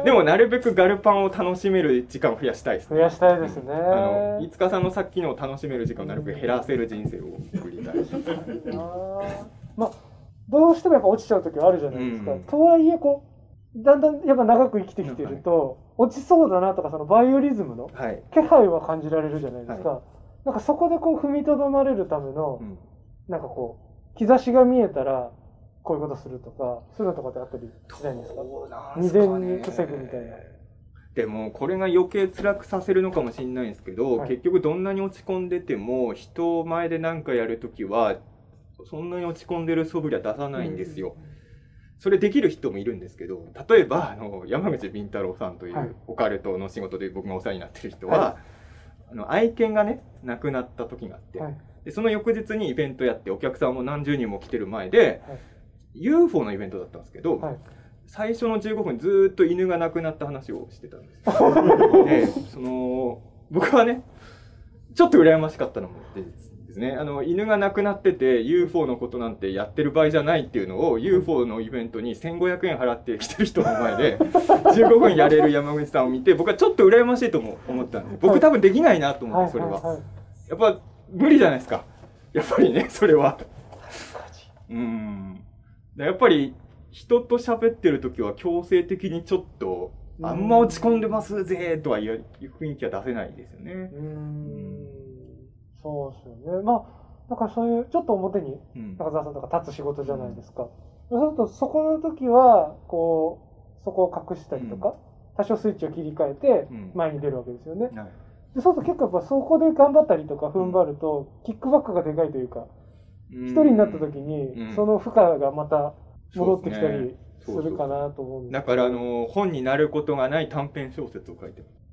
でもなるべくガルパンを楽しめる時間を増やしたいですね。 増やしたいですね。あの飯塚さんのさっきの楽しめる時間をなるべく減らせる人生を送りたい。 あまあどうしてもやっぱ落ちちゃう時はあるじゃないですか。うん、とはいえこうだんだんやっぱ長く生きてきてると、はい、落ちそうだなとかそのバイオリズムの気配は感じられるじゃないですか。はい、なんかそこでこう踏みとどまれるための、うん、なんかこう兆しが見えたらこういうことするとかそういうのとかってあったりしないんですか？未然に防ぐみたいな。 でもこれが余計辛くさせるのかもしれないんですけど、はい、結局どんなに落ち込んでても人前で何かやるときはそんなに落ち込んでる素振りは出さないんですよ。うん、それできる人もいるんですけど、例えばあの山口敏太郎さんというオカルトの仕事で僕がお世話になってる人は、はい、あの愛犬がね亡くなった時があって、はい、でその翌日にイベントやってお客さんも何十人も来てる前で、はい、ユーフォー のイベントだったんですけど、はい、最初のじゅうごふんずっと犬が亡くなった話をしてたんですでその僕はねちょっと羨ましかったのもですね、あの犬が亡くなってて ユーフォー のことなんてやってる場合じゃないっていうのを ユーフォー のイベントにせんごひゃくえん払ってきてる人の前でじゅうごふんやれる山口さんを見て僕はちょっと羨ましいとも思ったんです。僕多分できないなと思ってそれはやっぱ無理じゃないですかやっぱりねそれはうんやっぱり人と喋ってる時は強制的にちょっとあんま落ち込んでますぜとはいう雰囲気は出せないですよね。うんそうですよね。まあだからそういうちょっと表に中澤さんとか立つ仕事じゃないですか。うん、そうするとそこの時はこうそこを隠したりとか、うん、多少スイッチを切り替えて前に出るわけですよね。うんはい、でそうすると結構やっぱそこで頑張ったりとか踏ん張ると、うん、キックバックがでかいというか、一、うん、人になった時にその負荷がまた戻ってきたりするかなと思うんですけど。 だからあの本になることがない短編小説を書いてます。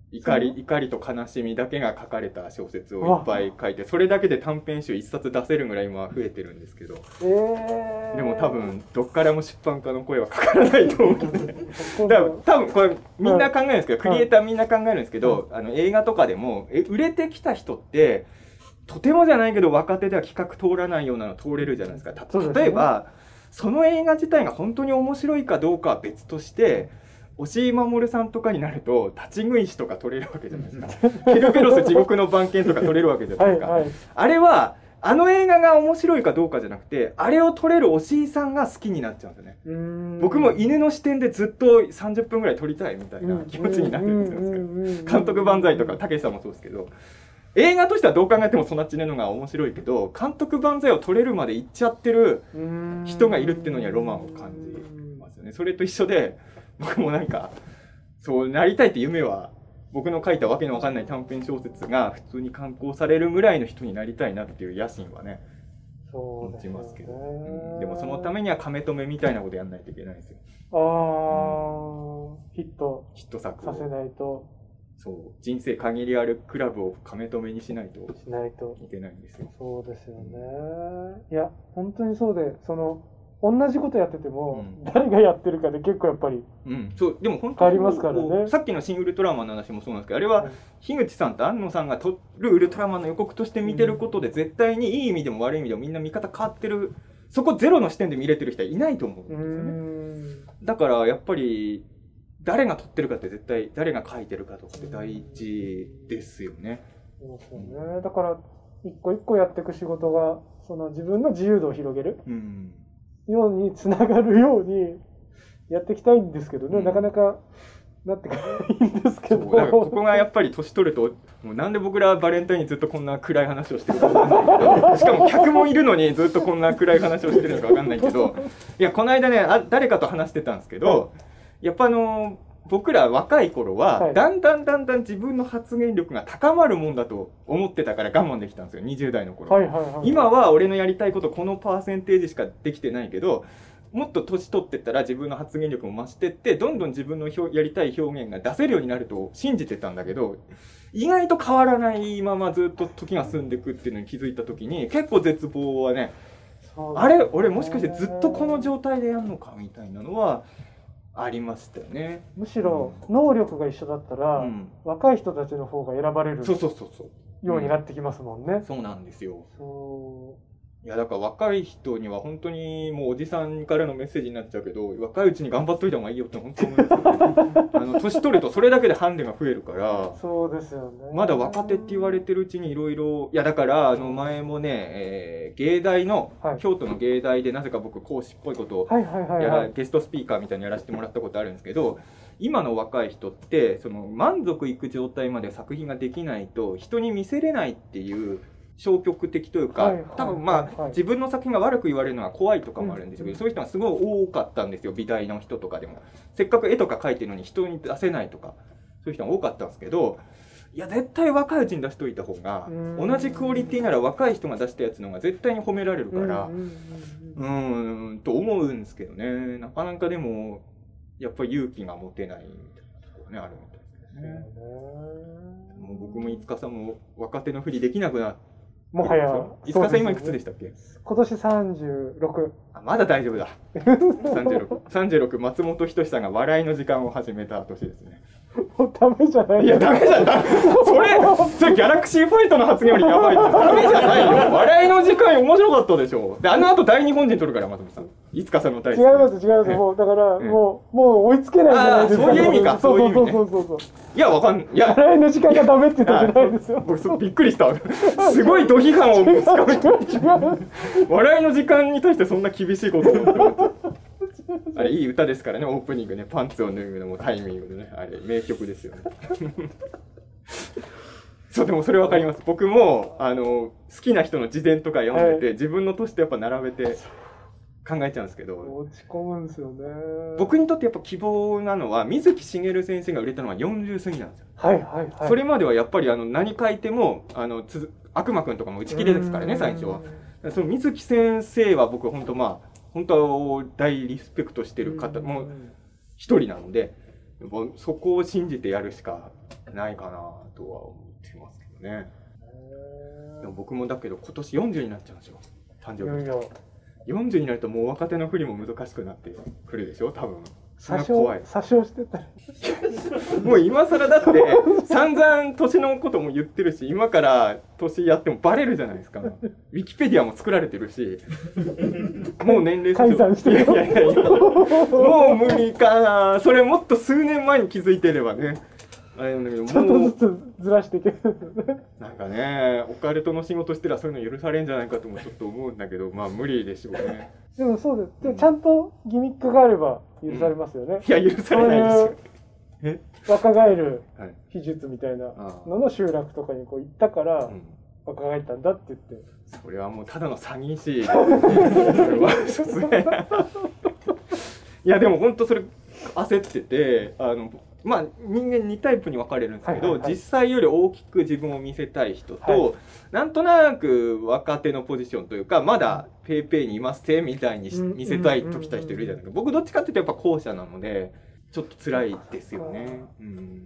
怒り、怒りと悲しみだけが書かれた小説をいっぱい書いて、それだけで短編集一冊出せるぐらい今は増えてるんですけど、えー、でも多分どっからも出版家の声はかからないと思うのでだから多分これみんな考えるんですけど、クリエイターみんな考えるんですけど、あの映画とかでもえ売れてきた人ってとてもじゃないけど若手では企画通らないようなの通れるじゃないですか。例えばその映画自体が本当に面白いかどうかは別として、押井守さんとかになると立ち食い石とか取れるわけじゃないですか。ケルベロス地獄の番犬とか取れるわけじゃないですか。はい、はい、あれはあの映画が面白いかどうかじゃなくて、あれを撮れる押井さんが好きになっちゃうんですよね。うーん、僕も犬の視点でずっとさんじゅっぷんぐらい撮りたいみたいな気持ちになるんですよ。監督万歳とかたけしさんもそうですけど、映画としてはどう考えてもそなっちねのが面白いけど、監督万歳を撮れるまで行っちゃってる人がいるっていうのにはロマンを感じますよね。それと一緒で僕もなんかそうなりたいって夢は、僕の書いたわけのわかんない短編小説が普通に刊行されるぐらいの人になりたいなっていう野心はね、持ちますけど、うん、でもそのためには亀止めみたいなことやんないといけないんですよ。 ああ、うん、ヒットヒット作させないと。 そう、人生限りあるクラブを亀止めにしないとしないといけないんですよ。 そうですよね。いや本当にそうで、その同じことやってても、うん、誰がやってるかで結構やっぱり、 うん、そうでも本当変わりますからね。 さっきの新ウルトラマンの話もそうなんですけど、あれは樋口さんと安野さんが撮るウルトラマンの予告として見てることで、絶対にいい意味でも悪い意味でもみんな見方変わってる、そこゼロの視点で見れてる人はいないと思うんですよね。うん、だからやっぱり誰が撮ってるかって絶対誰が書いてるかとかって大事ですよね。 そうですよね。だから一個一個やっていく仕事がその自分の自由度を広げる、うん、ようにつながるようにやっていきたいんですけどね、うん、なかなかなっていかないんですけど、 だからここがやっぱり年取ると、もうなんで僕らバレンタインにずっとこんな暗い話をしてるか分かんないけど、しかも客もいるのにずっとこんな暗い話をしてるのか分かんないけど、いやこの間ねあ誰かと話してたんですけど、はい、やっぱあの僕ら若い頃は、はい、だんだんだんだん自分の発言力が高まるもんだと思ってたから我慢できたんですよ、にじゅう代の頃、はいはいはいはい、今は俺のやりたいことこのパーセンテージしかできてないけど、もっと年取ってったら自分の発言力も増してって、どんどん自分のやりたい表現が出せるようになると信じてたんだけど、意外と変わらないままずっと時が進んでいくっていうのに気づいた時に結構絶望はね、あれ俺もしかしてずっとこの状態でやるのかみたいなのはありましたよね。 むしろ能力が一緒だったら、うん、若い人たちの方が選ばれるようになってきますもんね。 うん、そうなんですよ。そういやだから若い人には本当にもうおじさんからのメッセージになっちゃうけど、若いうちに頑張っといた方がいいよって本当に思いますよね。あの年取るとそれだけでハンデが増えるから、 そうですよね。 まだ若手って言われてるうちにいろいろ、いやだからあの前もね、えー、芸大の、はい、京都の芸大でなぜか僕講師っぽいことをやらゲストスピーカーみたいにやらせてもらったことあるんですけど、今の若い人ってその満足いく状態まで作品ができないと人に見せれないっていう消極的というか、はい、多分まあ、はい、自分の作品が悪く言われるのは怖いとかもあるんですけど、うん、そういう人がすごい多かったんですよ、美大の人とかでも。せっかく絵とか描いてるのに人に出せないとか、そういう人が多かったんですけど、いや絶対若いうちに出しといた方が、同じクオリティなら若い人が出したやつの方が絶対に褒められるから、うーんと思うんですけどね。なかなかでもやっぱり勇気が持てないみたいなところね、あるみたいですね。もう僕もいつかさんも若手のふりできなくなって、 もはや、 いつかさん今いくつでしたっけ？ 今年さんじゅうろく。 あ、まだ大丈夫だ。さんじゅうろく。さんじゅうろく、松本人志さんが笑いの時間を始めた年ですね。 もうダメじゃない。 いや、ダメじゃない。それ、それギャラクシーファイトの発言よりやばいです。ダメじゃないよ。笑いの時間面白かったでしょ。で、あの後大日本人取るから、松本さん。いつかさんの大好き。 違います、違います。もう、だから、もう、もう追いつけないじゃないですか。 そういう意味か。そういう意味ね。そうそうそうそう。いや、わかんない。いや、 笑いの時間がダメって言ったじゃないですよ。 僕、びっくりした。すごいド批判をぶつかめて。笑いの時間に対してそんな厳しいことを言って。あれいい歌ですからね、オープニングね、パンツを脱ぐのもタイミングでね、あれ名曲ですよね。そうでもそれわかります。僕もあの好きな人の自伝とか読んでて、はい、自分の年とやっぱ並べて考えちゃうんですけど、 落ち込むんですよね。 僕にとってやっぱ希望なのは水木しげる先生が売れたのはよんじゅう過ぎなんですよ。 はいはいはい。 それまではやっぱりあの何書いてもあのつ悪魔くんとかも打ち切りですからね、最初は。その水木先生は僕本当まあ本当は大リスペクトしてる方も一人なので、 そこを信じてやるしかないかなとは思ってますけどね。でも僕もだけど今年よんじゅうになっちゃうんですよ、誕生日。いやいやよんじゅうになるともう若手の振りも難しくなってくるでしょ多分。それが怖い。 詐称してたもう今更だって散々年のことも言ってるし、今から年やってもバレるじゃないですか。ウィキペディアも作られてるし、もう年齢解散してる。 いやいやいや、もう無理かな。それもっと数年前に気づいてればね。あれなんだけど、 ちょっとずつずらしていける。 なんかね、オカルトの仕事してらそういうの許されんじゃないかともちょっと思うんだけど、まあ無理でしょうね。 でもそうです。でもちゃんとギミックがあれば許されますよね。 うん、いや許されないですよ。 え若返る秘術みたいなのの集落とかにこう行ったから、うん、若返ったんだって言って。 それはもうただの詐欺師。それはさすがに。いやでも本当それ焦ってて、あのまあ人間にタイプに分かれるんですけど、はいはいはい、実際より大きく自分を見せたい人と、はい、なんとなく若手のポジションというかまだペイペイにいますてみたいに見せたいときた人いるじゃないですか。僕どっちかっていうとやっぱ後者なのでちょっと辛いですよね。うん、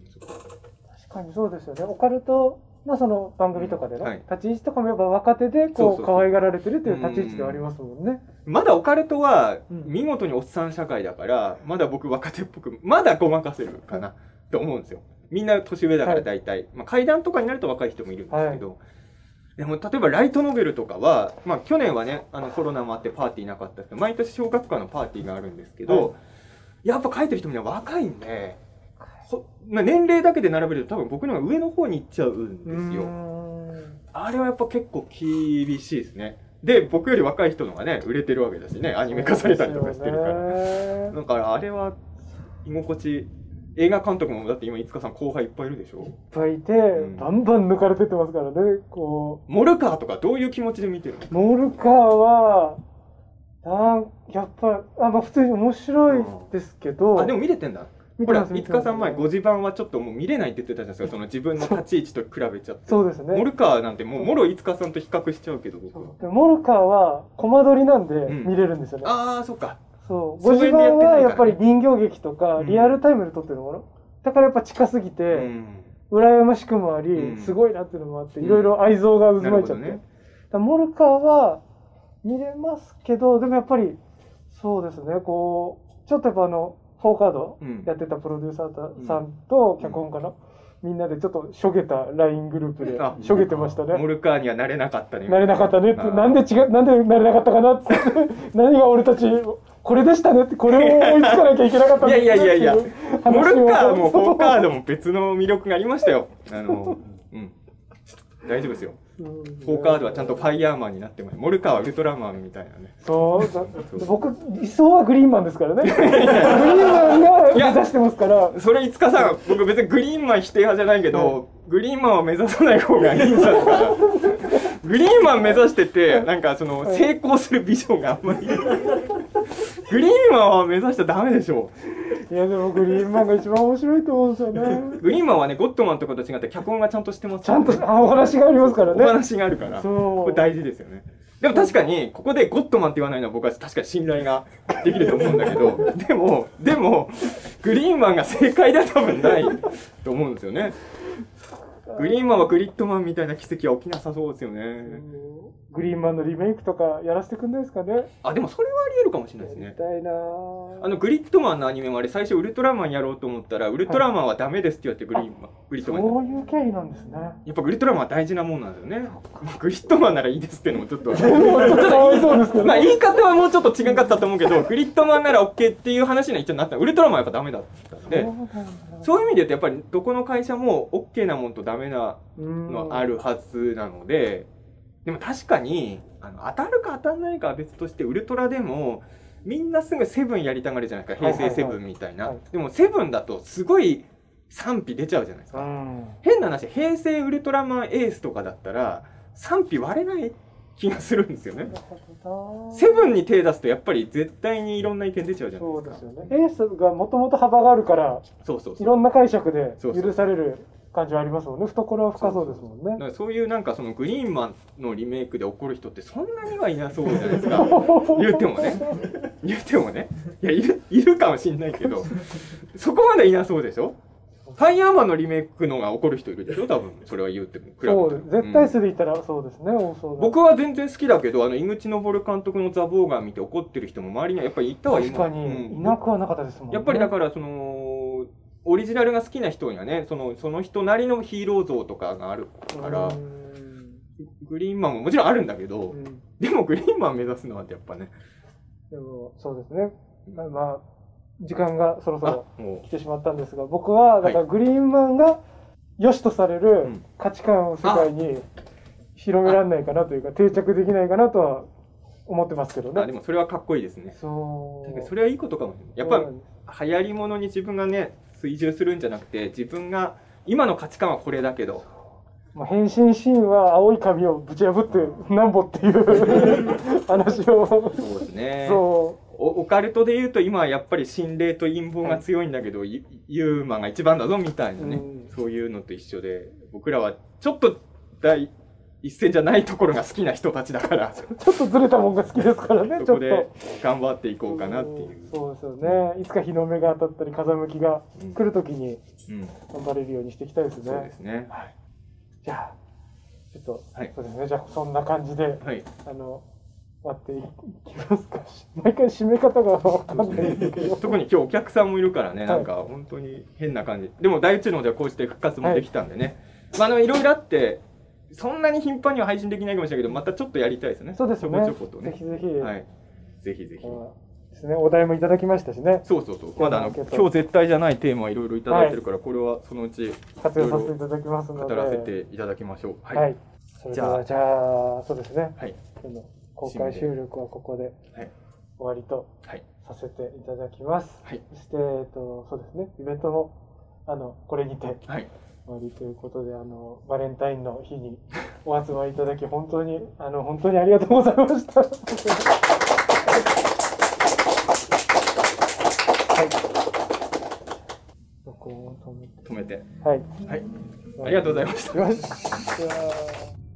確かにそうですよね。オカルトのその番組とかでの立ち位置とかもやっぱ若手でこう可愛がられてるという立ち位置ではありますもんね。 まだオカルトは見事におっさん社会だから、まだ僕若手っぽくまだごまかせるかなと思うんですよ。みんな年上だから大体、はい、まあ階段とかになると若い人もいるんですけど、はい、でも例えばライトノベルとかは、まあ去年はねあのコロナもあってパーティーなかったけど、毎年小学館のパーティーがあるんですけど、はい、やっぱ書いてる人みんな若いんで、まあ、年齢だけで並べると多分僕の方が上の方に行っちゃうんですよ。あれはやっぱ結構厳しいですね。で僕より若い人のがね売れてるわけだしね、アニメ化されたりとかしてるから、だからあれは居心地。映画監督もだって今五日さん後輩いっぱいいるでしょ。いっぱいいて、うん、バンバン抜かれてってますからね。こうモルカーとかどういう気持ちで見てるの？ モルカーはあやっぱあ、まあ、普通に面白いですけど、 あでも見れてんだ。ほら五日さん前ごじばんはちょっともう見れないって言ってたじゃないですか。その自分の立ち位置と比べちゃって。 そうですね。 モルカーなんてもうもろ五日さんと比較しちゃうけど僕は。 でモルカーはコマ撮りなんで見れるんですよね。 うん、ああそっか。 そうごじばんはやっぱり人形劇とかリアルタイムで撮ってるもの、うん、だからやっぱ近すぎて、うん、羨ましくもあり、うん、すごいなっていうのもあって、いろいろ愛憎が渦巻いちゃって、ね、だモルカーは見れますけど、でもやっぱりそうですね、こうちょっとやっぱあのフォーカードやってたプロデューサーさんと脚本家の、うん、みんなでちょっとしょげた ライン グループでしょげてましたね。 モルカーにはなれなかったね。 なれなかったねって、なんで違う、なんでなれなかったかなって何が俺たちこれでしたねって、これを追いつかなきゃいけなかったんだっていやいやいやいや、モルカーもフォーカードも別の魅力がありましたよ。あの、うん、大丈夫ですよ。フォーカードはちゃんとファイヤーマンになってます。モルカーはウルトラマンみたいなね。 そう、僕理想はグリーンマンですからね。グリーンマンが目指してますから。 それいつかさん、僕別にグリーンマン否定派じゃないけど、グリーンマンは目指さない方がいいんだから。グリーンマン目指してて、なんかその成功するビジョンがあんまり。グリーンマンは目指しちゃダメでしょ。 いやでもグリーンマンが一番面白いと思うんですよね。 グリーンマンはね、ゴッドマンとかと違って脚本がちゃんとしてます、 ね。ちゃんとお話がありますからね。 お話があるから。これ大事ですよね。でも確かにここでゴッドマンって言わないのは僕は確かに信頼ができると思うんだけど、でもでもグリーンマンが正解では多分ないと思うんですよね。グリーンマンはグリッドマンみたいな奇跡は起きなさそうですよね。 グリーンマンのリメイクとかやらせてくんないですかね。 あ、でもそれはあり得るかもしれないですね。 やりたいな。 あのグリッドマンのアニメもあれ最初ウルトラマンやろうと思ったらウルトラマンはダメですって言われてグリーンマン、グリッドマン。 そういう経緯なんですね。 やっぱグリッドマンは大事なもんなんですよね。グリッドマンならいいですってのもちょっと。まあ言い方はもうちょっと違かったと思うけど、グリッドマンなら OK っていう話には一応なった。ウルトラマンはやっぱダメだったんで、そういう意味で言うとやっぱりどこの会社も OK なもんとダメなのあるはずなので、でも確かにあの当たるか当たんないかは別として、ウルトラでもみんなすぐセブンやりたがるじゃないですか、平成セブンみたいな。でもセブンだとすごい賛否出ちゃうじゃないですか。変な話、平成ウルトラマンエースとかだったら賛否割れない気がするんですよね。セブンに手出すとやっぱり絶対にいろんな意見出ちゃうじゃないですか。 そうですよね。エースがもともと幅があるから、そうそうそう、いろんな解釈で許される感じはありますもんね。懐は深そうですもんね。 だからそういうなんかそのグリーンマンのリメイクで怒る人ってそんなにはいなそうじゃないですか。言ってもね。言ってもね。いや、いる、いるかもしんないけど、そこまでいなそうでしょ。ファイヤーマンのリメイクのが怒る人いるでしょ多分。それは言っても。 そう、絶対数で言ったらそうですね。うん、 僕は全然好きだけど、あの、井口昇監督のザ・ボーガー見て怒ってる人も周りにはやっぱりいたはい確かに、いなくはなかったですもんね。 やっぱりだからその、オリジナルが好きな人にはね、その、その人なりのヒーロー像とかがあるから、グリーンマンももちろんあるんだけど、でもグリーンマン目指すのはやっぱね。 でも、そうですね。まあ、時間がそろそろ来てしまったんですが、僕は、だからグリーンマンが良しとされる価値観を世界に広められないかなというか、定着できないかなとは思ってますけどね。 あ、でもそれはかっこいいですね。 そう。 それはいいことかもしれない。やっぱ流行り物に自分がね、追従するんじゃなくて、自分が今の価値観はこれだけど、 まあ、変身シーンは青い髪をぶち破ってなんぼっていう話をそうですね。 そうオカルトで言うと今はやっぱり心霊と陰謀が強いんだけど、はい、ユーマが一番だぞみたいなね、うん、そういうのと一緒で、僕らはちょっと第一線じゃないところが好きな人たちだからちょっとずれたもんが好きですからね。 そこで頑張っていこうかなっていう。 そうですよね。いつか日の目が当たったり風向きが来るときに頑張れるようにしていきたいですね。 そうですね。 はい、じゃあちょっと、はい、そうですね。じゃあそんな感じで、はい、あの終わっていきますか。毎回締め方が分かんないんだけど特に今日お客さんもいるからね、なんか本当に変な感じ。でも大宇宙のではこうして復活もできたんでね、はい、まあ、あのいろいろあってそんなに頻繁には配信できないかもしれないけど、またちょっとやりたいですね。 そうですね。 ちょこちょことね。 ぜひぜひ。 はい。ぜひぜひ。 ですね。お題もいただきましたしね。 そうそうそう。まだあの今日絶対じゃないテーマいろいろいただいてるから、はい、これはそのうち活用させていただきますので。 語らせていただきましょう。 はい。はい、それではじゃあそうですね。はい。今日の公開収録はここで終わりとさせていただきます。はい。そしてえっとそうですね。イベントもあのこれにて。はい。終わりということで、あのバレンタインの日にお集まりいただき本当にあの本当にありがとうございました。はい。録音を止めて。 止めて。 はい。 はい。ありがとうございました。 よし。